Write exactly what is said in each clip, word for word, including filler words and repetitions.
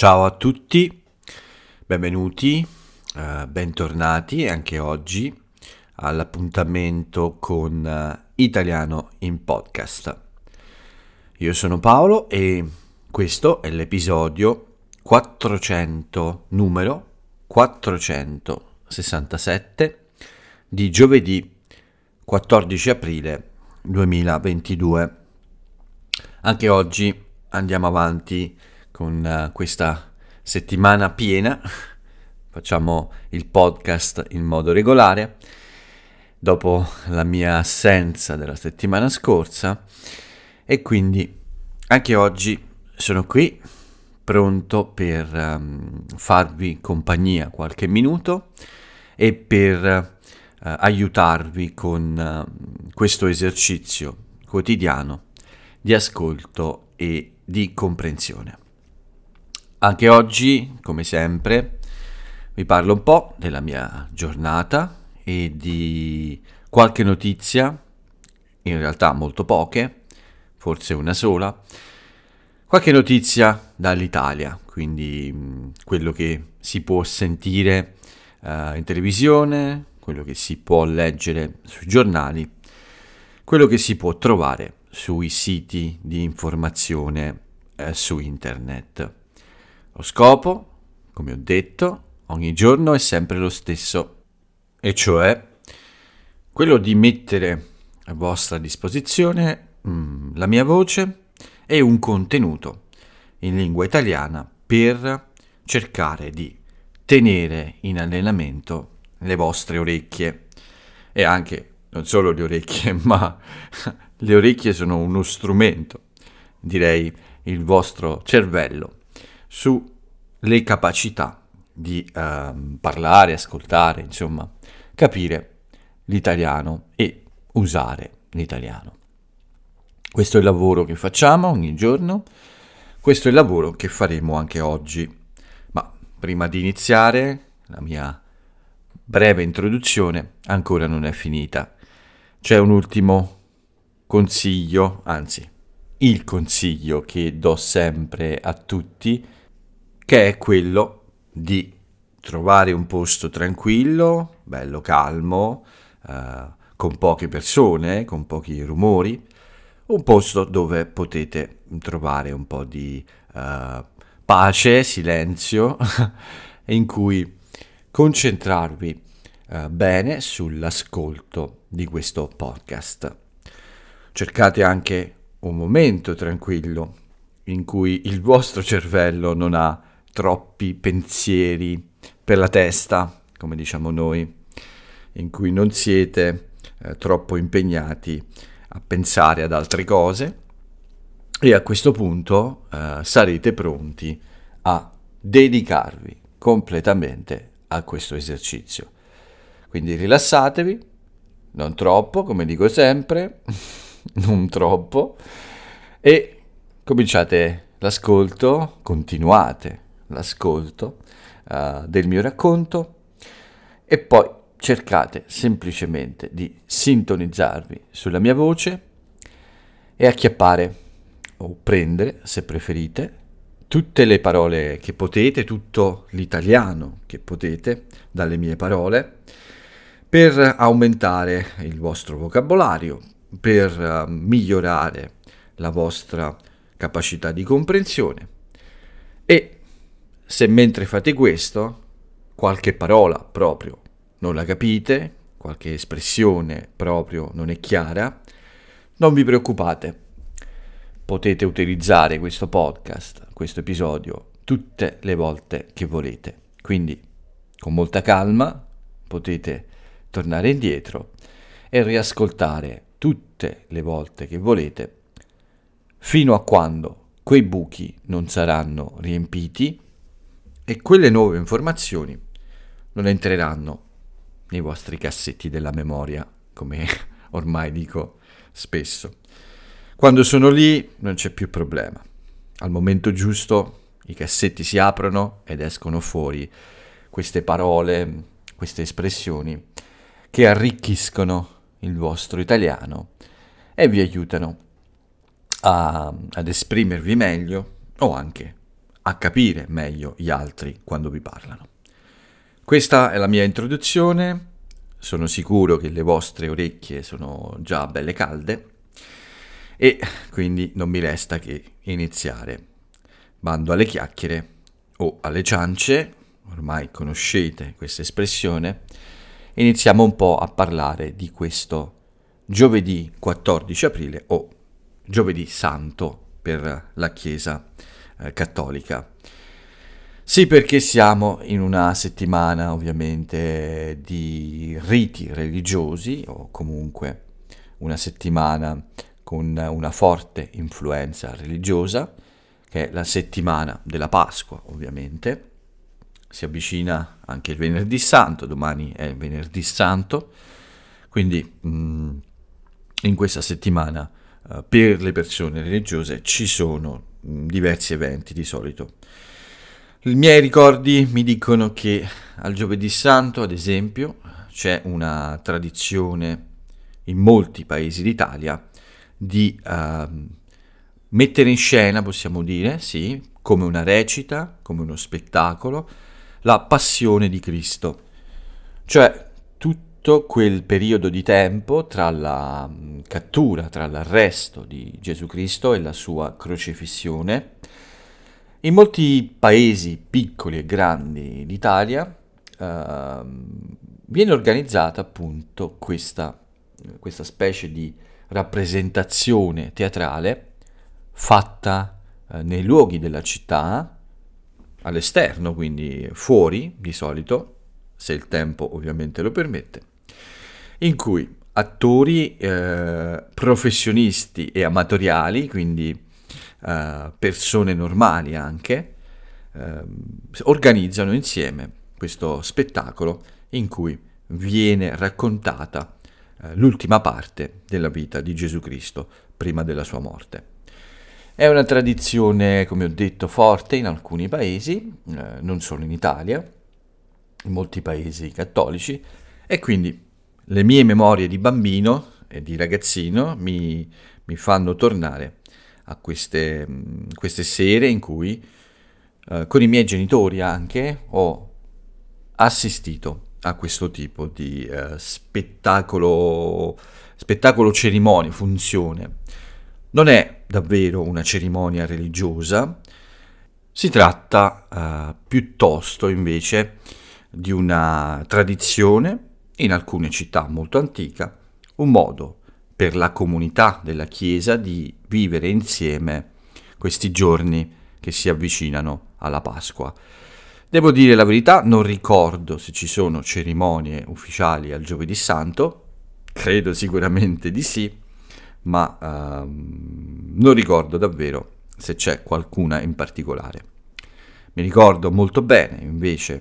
Ciao a tutti, benvenuti, eh, bentornati anche oggi all'appuntamento con eh, Italiano in Podcast. Io sono Paolo e questo è l'episodio quattrocento, numero quattrocentosessantasette di giovedì quattordici aprile duemilaventidue. Anche oggi andiamo avanti con uh, questa settimana piena. Facciamo il podcast in modo regolare dopo la mia assenza della settimana scorsa e quindi anche oggi sono qui pronto per um, farvi compagnia qualche minuto e per uh, aiutarvi con uh, questo esercizio quotidiano di ascolto e di comprensione. Anche oggi, come sempre, vi parlo un po' della mia giornata e di qualche notizia, in realtà molto poche, forse una sola, qualche notizia dall'Italia, quindi mh, quello che si può sentire uh, in televisione, quello che si può leggere sui giornali, quello che si può trovare sui siti di informazione eh, su internet. Lo scopo, come ho detto, ogni giorno è sempre lo stesso, e cioè quello di mettere a vostra disposizione mh, la mia voce e un contenuto in lingua italiana per cercare di tenere in allenamento le vostre orecchie e anche non solo le orecchie, ma le orecchie sono uno strumento, direi il vostro cervello, sulle capacità di eh, parlare, ascoltare, insomma, capire l'italiano e usare l'italiano. Questo è il lavoro che facciamo ogni giorno, questo è il lavoro che faremo anche oggi. Ma prima di iniziare, la mia breve introduzione ancora non è finita. C'è un ultimo consiglio, anzi, il consiglio che do sempre a tutti, che è quello di trovare un posto tranquillo, bello calmo, eh, con poche persone, con pochi rumori, un posto dove potete trovare un po' di eh, pace, silenzio, in cui concentrarvi eh, bene sull'ascolto di questo podcast. Cercate anche un momento tranquillo in cui il vostro cervello non ha troppi pensieri per la testa, come diciamo noi, in cui non siete eh, troppo impegnati a pensare ad altre cose e a questo punto eh, sarete pronti a dedicarvi completamente a questo esercizio. Quindi rilassatevi, non troppo, come dico sempre, non troppo, e cominciate l'ascolto, continuate l'ascolto uh, del mio racconto e poi cercate semplicemente di sintonizzarvi sulla mia voce e acchiappare o prendere, se preferite, tutte le parole che potete, tutto l'italiano che potete dalle mie parole, per aumentare il vostro vocabolario, per uh, migliorare la vostra capacità di comprensione. E se mentre fate questo qualche parola proprio non la capite, qualche espressione proprio non è chiara, non vi preoccupate. Potete utilizzare questo podcast, questo episodio, tutte le volte che volete. Quindi, con molta calma, potete tornare indietro e riascoltare tutte le volte che volete, fino a quando quei buchi non saranno riempiti e quelle nuove informazioni non entreranno nei vostri cassetti della memoria, come ormai dico spesso. Quando sono lì non c'è più problema. Al momento giusto i cassetti si aprono ed escono fuori queste parole, queste espressioni che arricchiscono il vostro italiano e vi aiutano a, ad esprimervi meglio o anche a capire meglio gli altri quando vi parlano. Questa è la mia introduzione, sono sicuro che le vostre orecchie sono già belle calde e quindi non mi resta che iniziare. Bando alle chiacchiere o alle ciance, ormai conoscete questa espressione, iniziamo un po' a parlare di questo giovedì quattordici aprile o giovedì santo per la Chiesa eh, cattolica. Sì, perché siamo in una settimana ovviamente di riti religiosi o comunque una settimana con una forte influenza religiosa, che è la settimana della Pasqua ovviamente. Si avvicina anche il venerdì santo, domani è il venerdì santo, quindi mh, in questa settimana uh, per le persone religiose ci sono mh, diversi eventi di solito. I miei ricordi mi dicono che al giovedì santo, ad esempio, c'è una tradizione in molti paesi d'Italia di uh, mettere in scena, possiamo dire, sì, come una recita, come uno spettacolo, la passione di Cristo. Cioè tutto quel periodo di tempo tra la mh, cattura, tra l'arresto di Gesù Cristo e la sua crocifissione. In molti paesi piccoli e grandi d'Italia eh, viene organizzata appunto questa, questa specie di rappresentazione teatrale fatta eh, nei luoghi della città, all'esterno, quindi fuori di solito, se il tempo ovviamente lo permette, in cui attori eh, professionisti e amatoriali, quindi Uh, persone normali anche, uh, organizzano insieme questo spettacolo in cui viene raccontata uh, l'ultima parte della vita di Gesù Cristo prima della sua morte. È una tradizione, come ho detto, forte in alcuni paesi, uh, non solo in Italia, in molti paesi cattolici, e quindi le mie memorie di bambino e di ragazzino mi, mi fanno tornare a queste, queste sere in cui eh, con i miei genitori anche ho assistito a questo tipo di eh, spettacolo, spettacolo cerimonia, funzione. Non è davvero una cerimonia religiosa, si tratta eh, piuttosto invece di una tradizione in alcune città molto antica, un modo per la comunità della Chiesa di vivere insieme questi giorni che si avvicinano alla Pasqua. Devo dire la verità, non ricordo se ci sono cerimonie ufficiali al Giovedì Santo, credo sicuramente di sì, ma ehm, non ricordo davvero se c'è qualcuna in particolare. Mi ricordo molto bene invece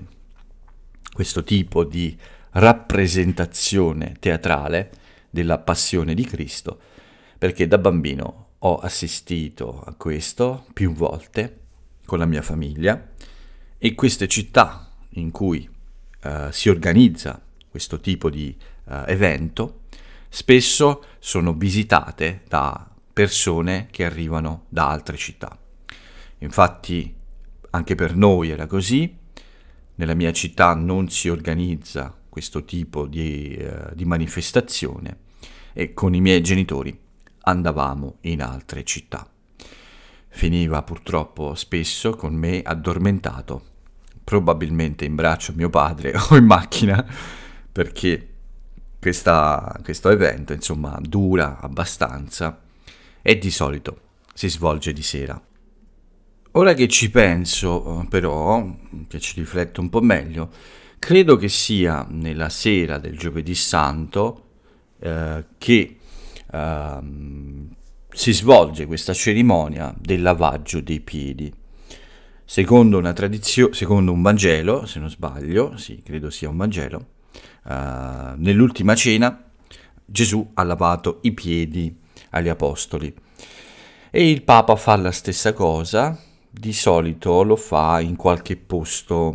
questo tipo di rappresentazione teatrale della passione di Cristo, perché da bambino ho assistito a questo più volte con la mia famiglia e queste città in cui uh, si organizza questo tipo di uh, evento spesso sono visitate da persone che arrivano da altre città. Infatti anche per noi era così, nella mia città non si organizza questo tipo di, uh, di manifestazione e con i miei genitori andavamo in altre città. Finiva purtroppo spesso con me addormentato, probabilmente in braccio a mio padre o in macchina, perché questa, questo evento insomma dura abbastanza e di solito si svolge di sera. Ora che ci penso però, che ci rifletto un po' meglio, credo che sia nella sera del Giovedì Santo eh, che eh, si svolge questa cerimonia del lavaggio dei piedi. Secondo una tradizione, secondo un Vangelo, se non sbaglio, sì, credo sia un Vangelo, eh, nell'ultima cena Gesù ha lavato i piedi agli apostoli e il Papa fa la stessa cosa. Di solito lo fa in qualche posto,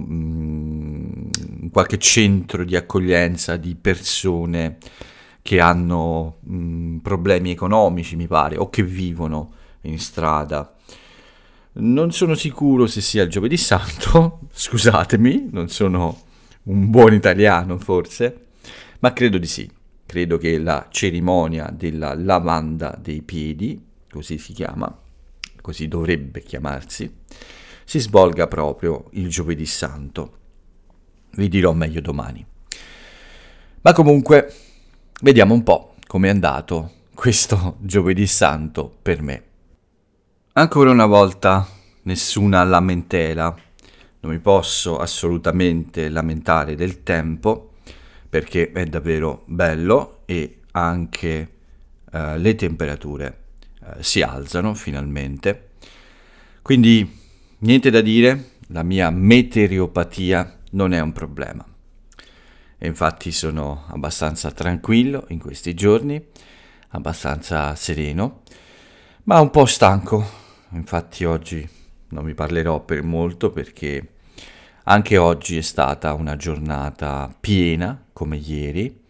in qualche centro di accoglienza di persone che hanno mh, problemi economici, mi pare, o che vivono in strada. Non sono sicuro se sia il giovedì santo, scusatemi, non sono un buon italiano forse, ma credo di sì. Credo che la cerimonia della lavanda dei piedi, così si chiama, così dovrebbe chiamarsi, si svolga proprio il giovedì santo. Vi dirò meglio domani. Ma comunque, vediamo un po' com'è andato questo giovedì santo per me. Ancora una volta, nessuna lamentela. Non mi posso assolutamente lamentare del tempo, perché è davvero bello e anche eh, le temperature eh, si alzano finalmente. Quindi niente da dire, la mia meteoropatia non è un problema. E infatti sono abbastanza tranquillo in questi giorni, abbastanza sereno, ma un po' stanco. Infatti oggi non vi parlerò per molto perché anche oggi è stata una giornata piena, come ieri,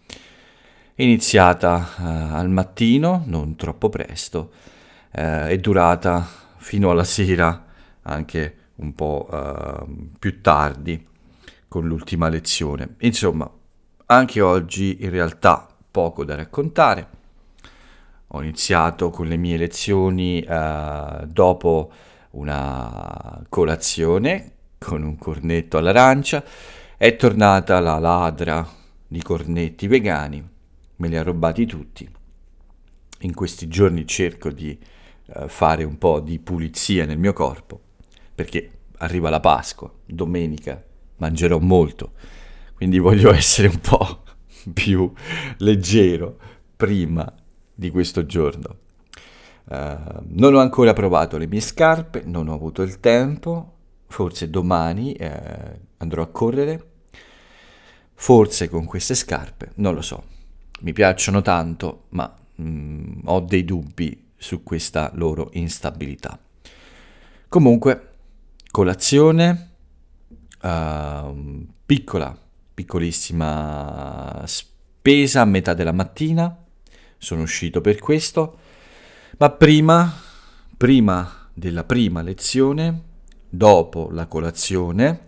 iniziata eh, al mattino, non troppo presto, eh, è durata fino alla sera, anche un po' eh, più tardi, con l'ultima lezione. Insomma, anche oggi in realtà poco da raccontare. Ho iniziato con le mie lezioni eh, dopo una colazione con un cornetto all'arancia. È tornata la ladra di cornetti vegani, me li ha rubati tutti. In questi giorni cerco di eh, fare un po' di pulizia nel mio corpo, perché arriva la Pasqua, domenica mangerò molto, quindi voglio essere un po' più leggero prima di questo giorno. Uh, non ho ancora provato le mie scarpe, non ho avuto il tempo, forse domani eh, andrò a correre, forse con queste scarpe, non lo so. Mi piacciono tanto, ma mm, ho dei dubbi su questa loro instabilità. Comunque, colazione, uh, piccola, piccolissima spesa a metà della mattina, sono uscito per questo, ma prima, prima della prima lezione, dopo la colazione,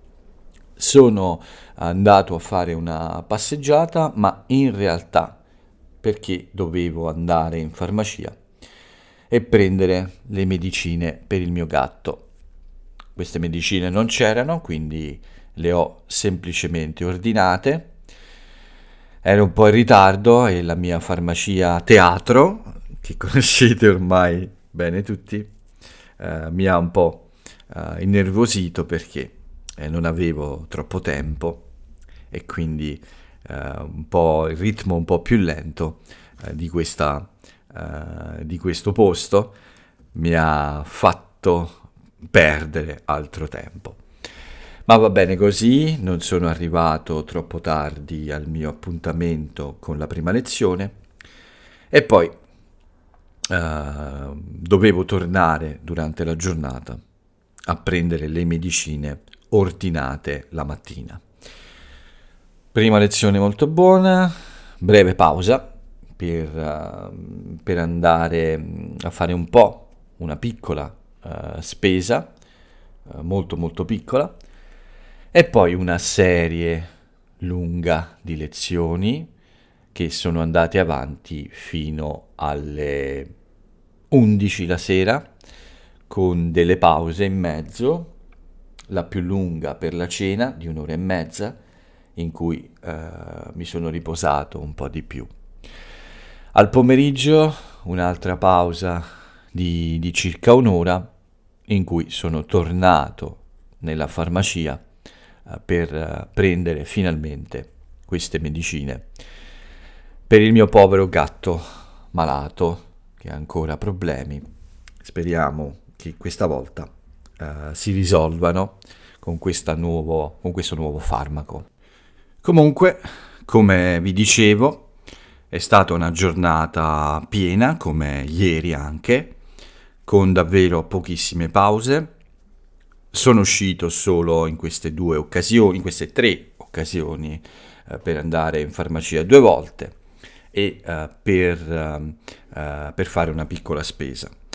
sono andato a fare una passeggiata, ma in realtà perché dovevo andare in farmacia e prendere le medicine per il mio gatto. Queste medicine non c'erano, quindi le ho semplicemente ordinate. Ero un po' in ritardo e la mia farmacia Teatro, che conoscete ormai bene tutti, eh, mi ha un po' eh, innervosito perché eh, non avevo troppo tempo e quindi eh, un po' il ritmo un po' più lento eh, di, questa, eh, di questo posto mi ha fatto perdere altro tempo. Ma va bene così, non sono arrivato troppo tardi al mio appuntamento con la prima lezione e poi uh, dovevo tornare durante la giornata a prendere le medicine ordinate la mattina. Prima lezione molto buona, breve pausa per, uh, per andare a fare un po', una piccola uh, spesa, uh, molto molto piccola, e poi una serie lunga di lezioni che sono andate avanti fino alle undici la sera, con delle pause in mezzo, la più lunga per la cena di un'ora e mezza, in cui eh, mi sono riposato un po' di più. Al pomeriggio un'altra pausa di, di circa un'ora, in cui sono tornato nella farmacia per prendere finalmente queste medicine per il mio povero gatto malato che ha ancora problemi. Speriamo che questa volta uh, si risolvano con, questa nuovo, con questo nuovo farmaco. Comunque, come vi dicevo, è stata una giornata piena, come ieri anche, con davvero pochissime pause. Sono uscito solo in queste due occasioni, in queste tre occasioni, eh, per andare in farmacia due volte e eh, per, eh, per fare una piccola spesa.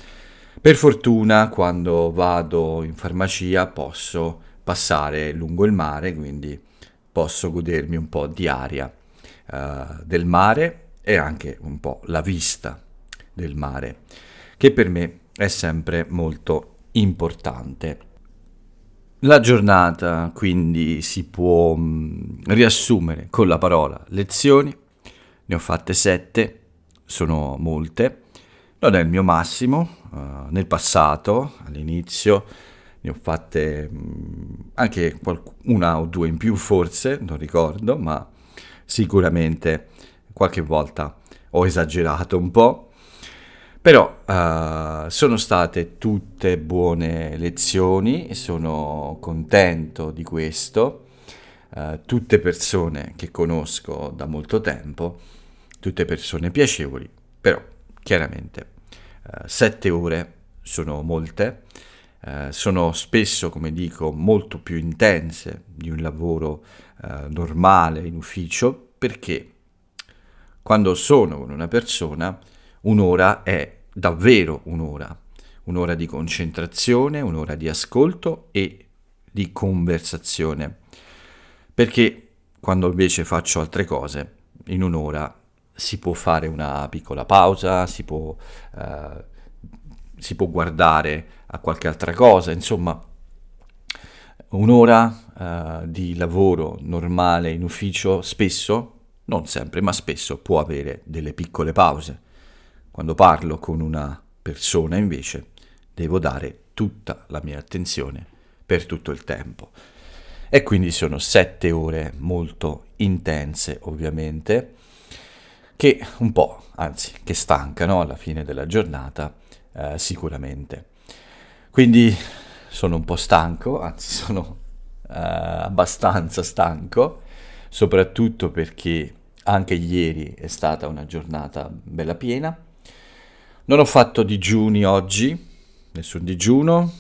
Per fortuna quando vado in farmacia posso passare lungo il mare, quindi posso godermi un po' di aria eh, del mare e anche un po' la vista del mare, che per me è sempre molto importante. La giornata quindi si può mh, riassumere con la parola lezioni. Ne ho fatte sette, sono molte. Non è il mio massimo, uh, nel passato, all'inizio, ne ho fatte mh, anche qualc- una o due in più forse, non ricordo, ma sicuramente qualche volta ho esagerato un po'. Però uh, sono state tutte buone lezioni e sono contento di questo. Uh, tutte persone che conosco da molto tempo, tutte persone piacevoli, però chiaramente uh, sette ore sono molte, uh, sono spesso, come dico, molto più intense di un lavoro uh, normale in ufficio, perché quando sono con una persona un'ora è davvero un'ora, un'ora di concentrazione, un'ora di ascolto e di conversazione, perché quando invece faccio altre cose, in un'ora si può fare una piccola pausa, si può, eh, si può guardare a qualche altra cosa, insomma, un'ora eh, di lavoro normale in ufficio spesso, non sempre, ma spesso può avere delle piccole pause. Quando parlo con una persona invece devo dare tutta la mia attenzione per tutto il tempo. E quindi sono sette ore molto intense, ovviamente, che un po', anzi, che stancano alla fine della giornata, eh, sicuramente. Quindi sono un po' stanco, anzi sono eh, abbastanza stanco, soprattutto perché anche ieri è stata una giornata bella piena. Non ho fatto digiuni oggi, nessun digiuno.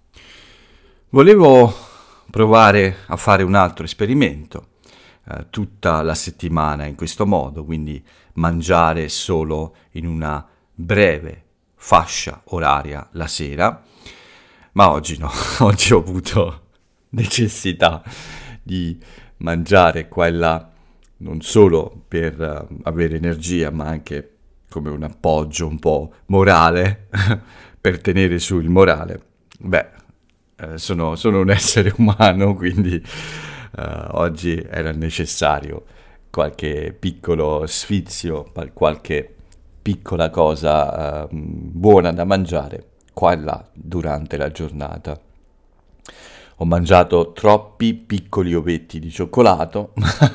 Volevo provare a fare un altro esperimento eh, tutta la settimana in questo modo, quindi mangiare solo in una breve fascia oraria la sera, ma oggi no, oggi ho avuto necessità di mangiare qua e là, non solo per uh, avere energia, ma anche come un appoggio un po' morale, per tenere su il morale. Beh, eh, sono, sono un essere umano, quindi uh, oggi era necessario qualche piccolo sfizio, qualche piccola cosa uh, buona da mangiare qua e là durante la giornata. Ho mangiato troppi piccoli ovetti di cioccolato,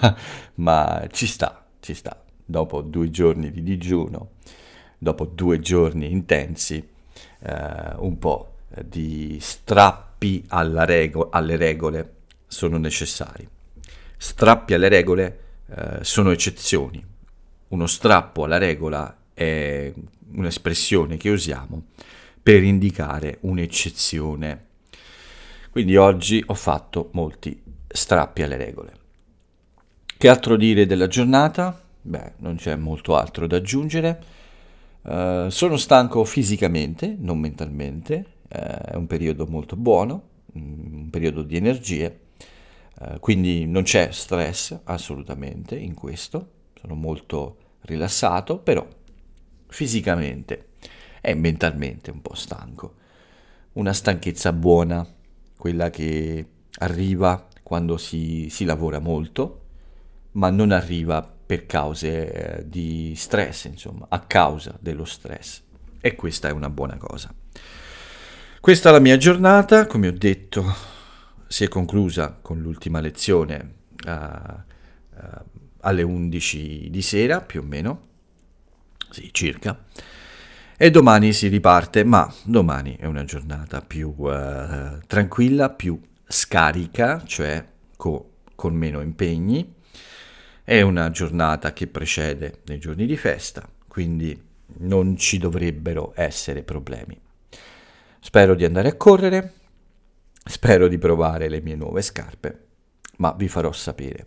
ma ci sta, ci sta. Dopo due giorni di digiuno, dopo due giorni intensi, eh, un po' di strappi alla rego- alle regole sono necessari. Strappi alle regole eh, sono eccezioni. Uno strappo alla regola è un'espressione che usiamo per indicare un'eccezione. Quindi oggi ho fatto molti strappi alle regole. Che altro dire della giornata? Beh, non c'è molto altro da aggiungere. Uh, sono stanco fisicamente, non mentalmente. Uh, è un periodo molto buono, un periodo di energie. Uh, quindi non c'è stress assolutamente in questo. Sono molto rilassato, però fisicamente e mentalmente un po' stanco. Una stanchezza buona, quella che arriva quando si, si lavora molto, ma non arriva per cause eh, di stress, insomma, a causa dello stress. E questa è una buona cosa. Questa è la mia giornata, come ho detto, si è conclusa con l'ultima lezione uh, uh, alle undici di sera, più o meno, sì, circa. E domani si riparte, ma domani è una giornata più uh, tranquilla, più scarica, cioè co- con meno impegni. È una giornata che precede nei giorni di festa, quindi non ci dovrebbero essere problemi. Spero di andare a correre, spero di provare le mie nuove scarpe, ma vi farò sapere.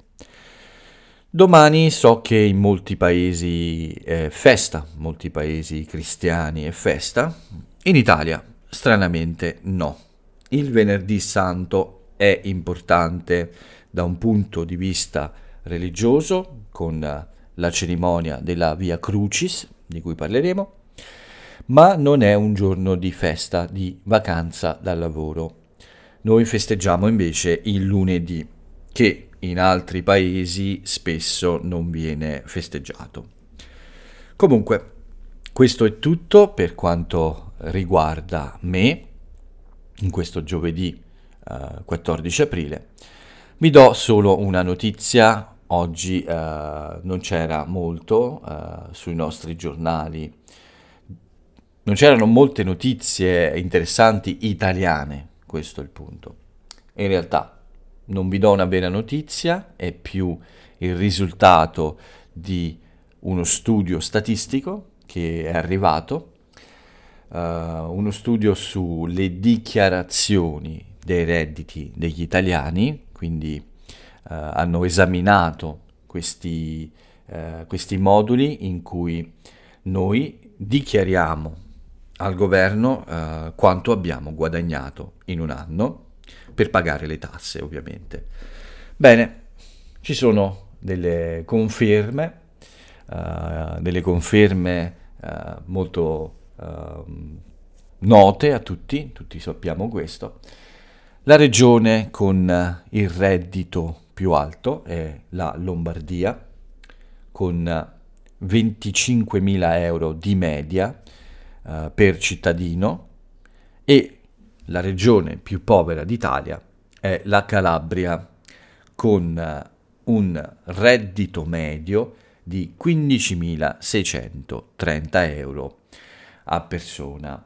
Domani so che in molti paesi è festa, molti paesi cristiani è festa, In Italia, stranamente, no. Il venerdì santo è importante da un punto di vista religioso, con eh, la cerimonia della Via Crucis, di cui parleremo, ma non è un giorno di festa, di vacanza dal lavoro. Noi festeggiamo invece il lunedì, che in altri paesi spesso non viene festeggiato. Comunque, questo è tutto per quanto riguarda me in questo giovedì eh, quattordici aprile. Vi do solo una notizia: oggi eh, non c'era molto eh, sui nostri giornali, non c'erano molte notizie interessanti italiane, questo è il punto. In realtà non vi do una bella notizia, è più il risultato di uno studio statistico che è arrivato, uh, uno studio sulle dichiarazioni dei redditi degli italiani, quindi uh, hanno esaminato questi, uh, questi moduli in cui noi dichiariamo al governo uh, quanto abbiamo guadagnato in un anno per pagare le tasse, ovviamente. Bene, ci sono delle conferme, uh, delle conferme uh, molto uh, note a tutti, tutti sappiamo questo. La regione con il reddito più alto è la Lombardia, con venticinquemila euro di media uh, per cittadino, e la regione più povera d'Italia è la Calabria, con un reddito medio di quindicimilaseicentotrenta euro a persona.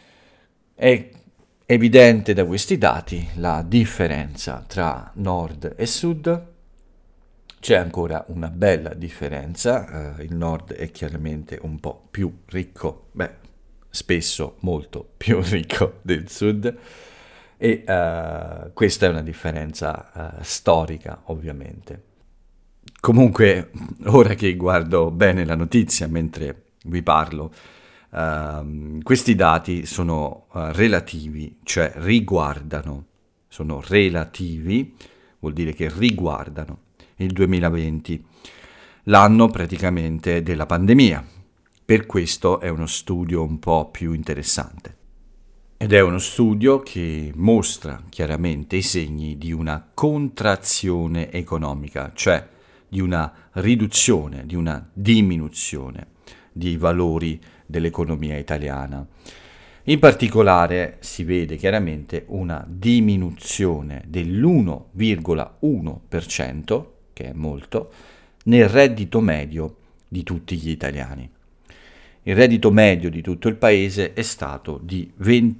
È evidente da questi dati la differenza tra nord e sud. C'è ancora una bella differenza, eh, il nord è chiaramente un po' più ricco, beh, spesso molto più ricco del sud, e uh, questa è una differenza uh, storica, ovviamente. Comunque, ora che guardo bene la notizia mentre vi parlo, uh, questi dati sono uh, relativi, cioè riguardano, sono relativi, vuol dire che riguardano il duemilaventi, l'anno praticamente della pandemia. Per questo è uno studio un po' più interessante. Ed è uno studio che mostra chiaramente i segni di una contrazione economica, cioè di una riduzione, di una diminuzione dei valori dell'economia italiana. In particolare si vede chiaramente una diminuzione dell'uno virgola uno per cento, che è molto, nel reddito medio di tutti gli italiani. Il reddito medio di tutto il paese è stato di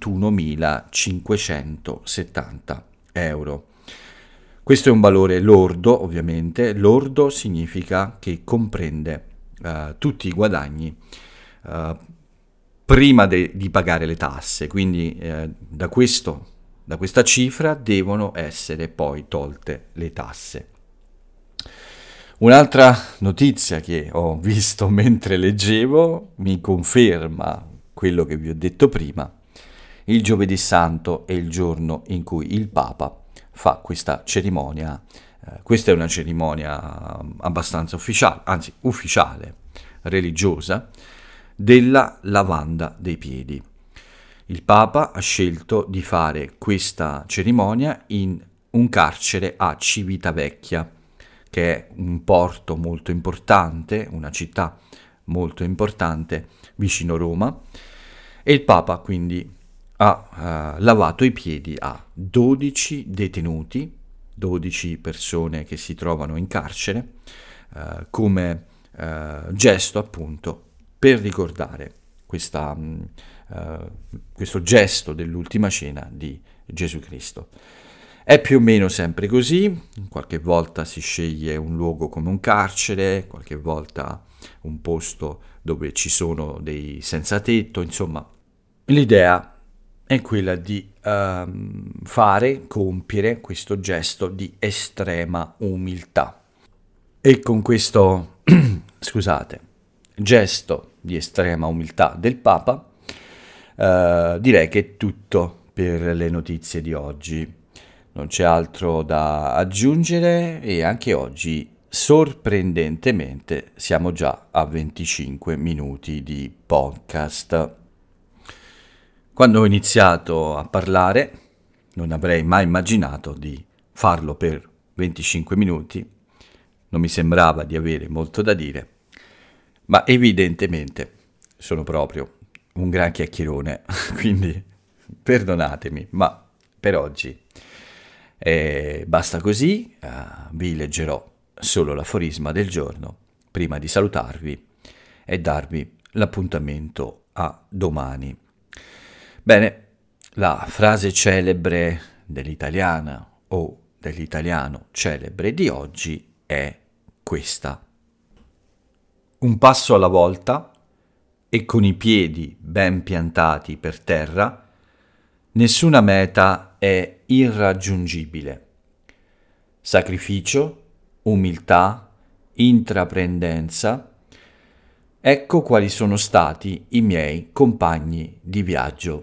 ventunomilacinquecentosettanta euro. Questo è un valore lordo, ovviamente. Lordo significa che comprende uh, tutti i guadagni uh, prima de- di pagare le tasse, quindi uh, da, questo, da questa cifra devono essere poi tolte le tasse. Un'altra notizia che ho visto mentre leggevo mi conferma quello che vi ho detto prima: il giovedì santo è il giorno in cui il Papa fa questa cerimonia. Eh, questa è una cerimonia abbastanza ufficiale, anzi ufficiale, religiosa, della lavanda dei piedi. Il Papa ha scelto di fare questa cerimonia in un carcere a Civitavecchia, che è un porto molto importante, una città molto importante vicino Roma, e il Papa quindi ha uh, lavato i piedi a dodici detenuti, dodici persone che si trovano in carcere, uh, come uh, gesto appunto per ricordare questa, um, uh, questo gesto dell'ultima cena di Gesù Cristo. È più o meno sempre così, qualche volta si sceglie un luogo come un carcere, qualche volta un posto dove ci sono dei senza tetto, insomma, l'idea è quella di um, fare, compiere questo gesto di estrema umiltà. E con questo, scusate, gesto di estrema umiltà del Papa, Uh, direi che è tutto per le notizie di oggi. Non c'è altro da aggiungere e anche oggi, sorprendentemente, siamo già a venticinque minuti di podcast. Quando ho iniziato a parlare, non avrei mai immaginato di farlo per venticinque minuti. Non mi sembrava di avere molto da dire, ma evidentemente sono proprio un gran chiacchierone, quindi perdonatemi, ma per oggi eh, basta così. Uh, vi leggerò solo l'aforisma del giorno prima di salutarvi e darvi l'appuntamento a domani. Bene, la frase celebre dell'italiana o dell'italiano celebre di oggi è questa: un passo alla volta e con i piedi ben piantati per terra, nessuna meta è irraggiungibile. Sacrificio, umiltà, intraprendenza, ecco quali sono stati i miei compagni di viaggio.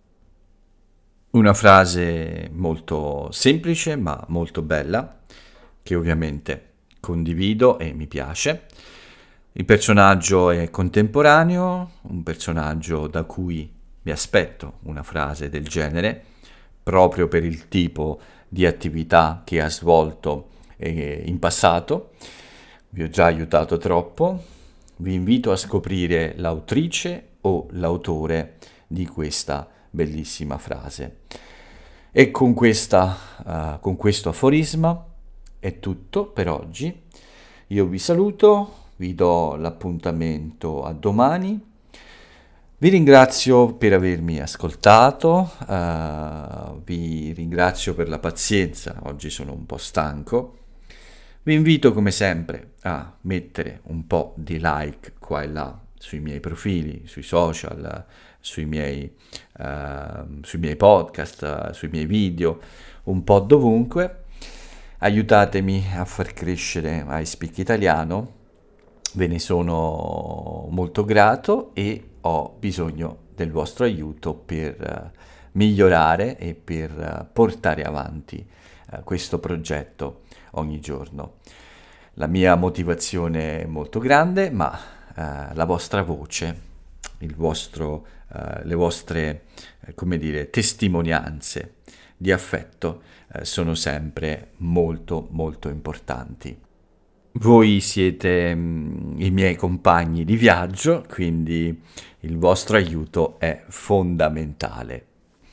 Una frase molto semplice ma molto bella, che ovviamente condivido e mi piace. Il personaggio è contemporaneo, un personaggio da cui mi aspetto una frase del genere, proprio per il tipo di attività che ha svolto eh, in passato. Vi ho già aiutato troppo. Vi invito a scoprire l'autrice o l'autore di questa bellissima frase. E con, questa, uh, con questo aforisma è tutto per oggi. Io vi saluto. Vi do l'appuntamento a domani. Vi ringrazio per avermi ascoltato, uh, vi ringrazio per la pazienza, oggi sono un po' stanco. Vi invito come sempre a mettere un po' di like qua e là sui miei profili, sui social, sui miei, uh, sui miei podcast, uh, sui miei video, un po' dovunque. Aiutatemi a far crescere iSpeak Italiano. Ve ne sono molto grato e ho bisogno del vostro aiuto per uh, migliorare e per uh, portare avanti uh, questo progetto ogni giorno. La mia motivazione è molto grande, ma uh, la vostra voce, il vostro, uh, le vostre, uh, come dire, testimonianze di affetto uh, sono sempre molto molto importanti. Voi siete mh, i miei compagni di viaggio, quindi il vostro aiuto è fondamentale.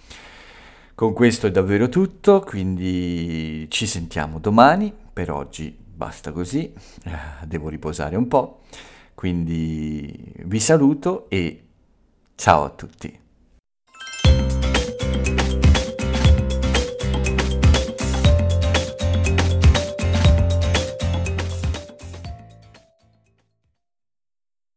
Con questo è davvero tutto, quindi ci sentiamo domani. Per oggi basta così, devo riposare un po', quindi vi saluto e ciao a tutti.